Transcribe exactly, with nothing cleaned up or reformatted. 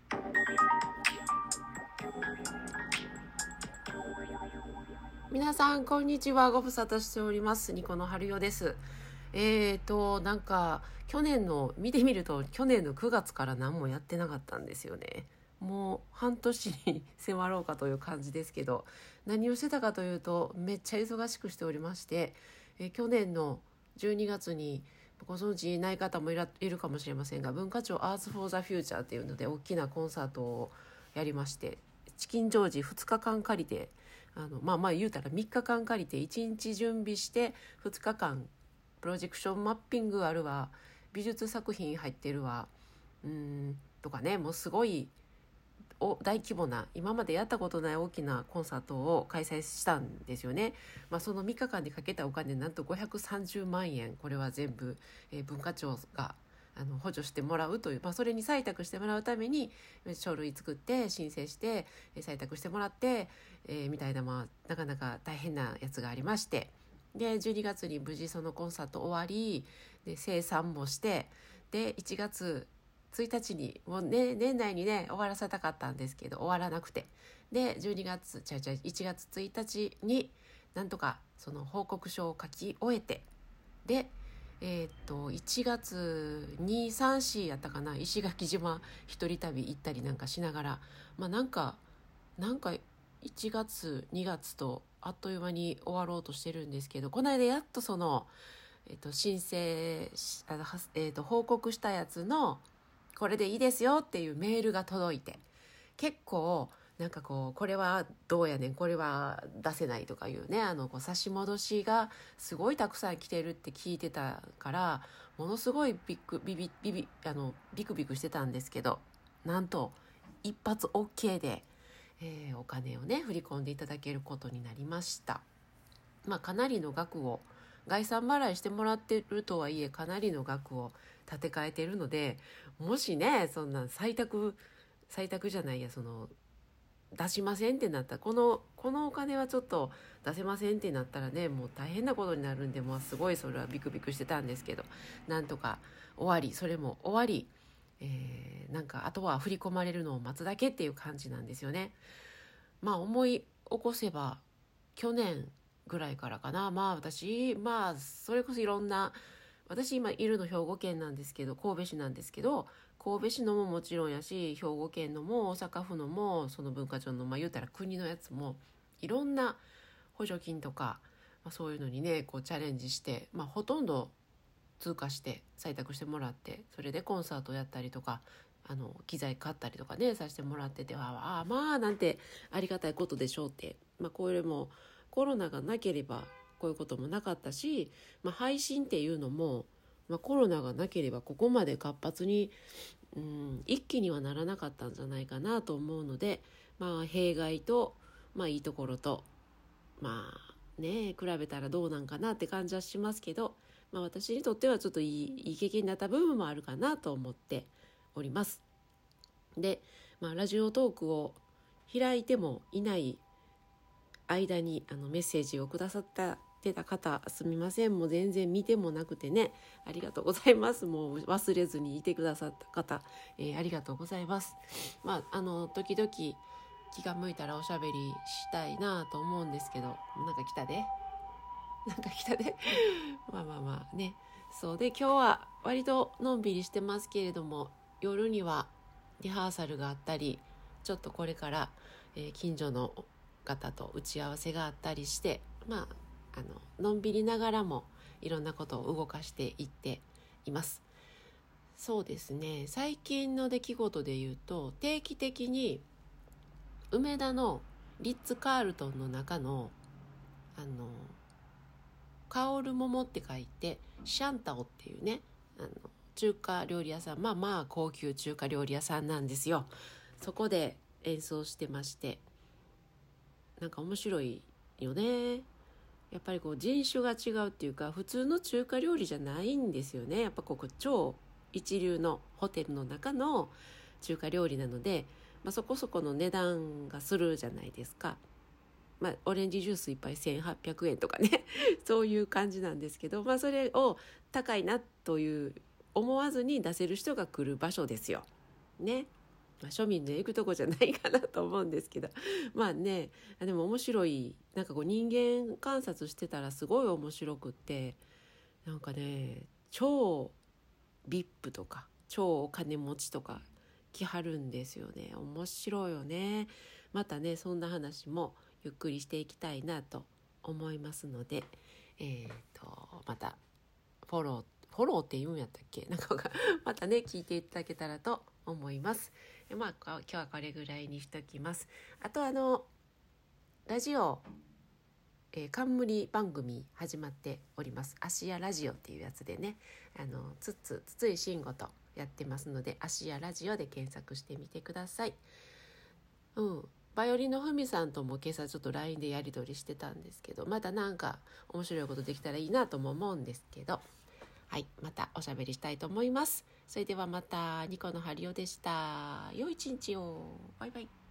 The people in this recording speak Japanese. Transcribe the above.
皆さんこんにちは。ご無沙汰しております。ニコの春代です。えーとなんか去年の見てみると去年のくがつから何もやってなかったんですよね。もう半年に迫ろうかという感じですけど、何をしてたかというとめっちゃ忙しくしておりまして、えー去年のじゅうにがつにご存知ない方もいらいるかもしれませんが、文化庁アーツフォーザフューチャーっていうので大きなコンサートをやりまして、チキンジョージふつかかん借りて、あのまあまあ言うたらみっかかん借りていちにち準備してふつかかんプロジェクションマッピングあるわ、美術作品入ってるわ、うーんとかね、もうすごいお大規模な今までやったことない大きなコンサートを開催したんですよね。まあ、そのみっかかんでかけたお金なんとごひゃくさんじゅうまんえん、これは全部、えー文化庁があの補助してもらうという、まあ、それに採択してもらうために書類作って申請してえー採択してもらって、えーみたいな、まあ、なかなか大変なやつがありまして、でじゅうにがつに無事そのコンサート終わりで生産もして、でいちがつついたちにもう、ね、年内にね終わらせたかったんですけど終わらなくて、でじゅうにがつちゃうちゃういちがつついたちになんとかその報告書を書き終えて、でえー、っといちがつに、さん、しやったかな、石垣島一人旅行ったりなんかしながら、まあなんかなんかいちがつにがつとあっという間に終わろうとしてるんですけど、この間やっとその、えー、っと申請しあの、えー、っと報告したやつのこれでいいですよっていうメールが届いて、結構なんかこうこれはどうやねんこれは出せないとかいうね、あのこう差し戻しがすごいたくさん来てるって聞いてたから、ものすごいビクビビビビあのビクビクしてたんですけど、なんと一発 OK で、えーお金をね振り込んでいただけることになりました。まあかなりの額を概算払いしてもらってるとはいえかなりの額を立て替えてるので、もしねそんな採択採択じゃないやその出しませんってなったら、このこのお金はちょっと出せませんってなったらね、もう大変なことになるんで、もうすごいそれはビクビクしてたんですけど、なんとか終わり、それも終わり、えー、なんかあとは振り込まれるのを待つだけっていう感じなんですよね。まあ思い起こせば去年ぐらいからかな、まあ私まあそれこそいろんな、私今いるの兵庫県なんですけど、神戸市なんですけど、神戸市のももちろんやし、兵庫県のも大阪府のもその文化庁の、まあ言うたら国のやつもいろんな補助金とか、まあ、そういうのにねこうチャレンジして、まあ、ほとんど通過して採択してもらって、それでコンサートやったりとか、あの機材買ったりとかねさせてもらってて、ああまあなんてありがたいことでしょうって、まあ、これもコロナがなければこういうこともなかったし、まあ、配信っていうのも、まあ、コロナがなければここまで活発に、うん、一気にはならなかったんじゃないかなと思うので、まあ、弊害と、まあ、いいところと、まあね比べたらどうなんかなって感じはしますけど、まあ、私にとってはちょっといい、いい経験になった部分もあるかなと思っております。で、まあ、ラジオトークを開いてもいない間にあのメッセージをくださったてた方、すみません、もう全然見てもなくてね、ありがとうございます。もう忘れずにいてくださった方、えー、ありがとうございます。まああの時々気が向いたらおしゃべりしたいなと思うんですけど、なんか来たでなんか来たでまあまあまあね、そうで今日は割とのんびりしてますけれども、夜にはリハーサルがあったり、ちょっとこれから、えー近所の方と打ち合わせがあったりして、まああののんびりながらもいろんなことを動かしていっています。そうですね、最近の出来事で言うと、定期的に梅田のリッツ・カールトンの中のあの香る桃って書いてシャンタオっていうね、あの中華料理屋さん、まあまあ高級中華料理屋さんなんですよ。そこで演奏してまして、なんか面白いよね。やっぱりこう人種が違うっていうか、普通の中華料理じゃないんですよね。やっぱここ超一流のホテルの中の中華料理なので、まあ、そこそこの値段がするじゃないですか。まあ、オレンジジュースいっぱいせんはっぴゃくえんとかねそういう感じなんですけど、まあ、それを高いなという思わずに出せる人が来る場所ですよね。 まあ、庶民の行くとこじゃないかなと思うんですけど、まあね、でも面白い、なんかこう人間観察してたらすごい面白くって、なんかね、超 ブイアイピー とか超お金持ちとか来はるんですよね。面白いよね。またね、そんな話もゆっくりしていきたいなと思いますので、えーとまたフォローフォローって言うんやったっけ、なんかまたね聞いていただけたらと思います。まあ今日はこれぐらいにしときます。あとあのラジオ、えー、冠番組始まっております。芦屋ラジオっていうやつでね、あのつつ筒井慎吾とやってますので、芦屋ラジオで検索してみてください。うん、バイオリンのふみさんとも今朝ちょっと ライン でやり取りしてたんですけど、またなんか面白いことできたらいいなとも思うんですけど、はい、またおしゃべりしたいと思います。それではまた、ニコのハリオでした。良い一日を。バイバイ。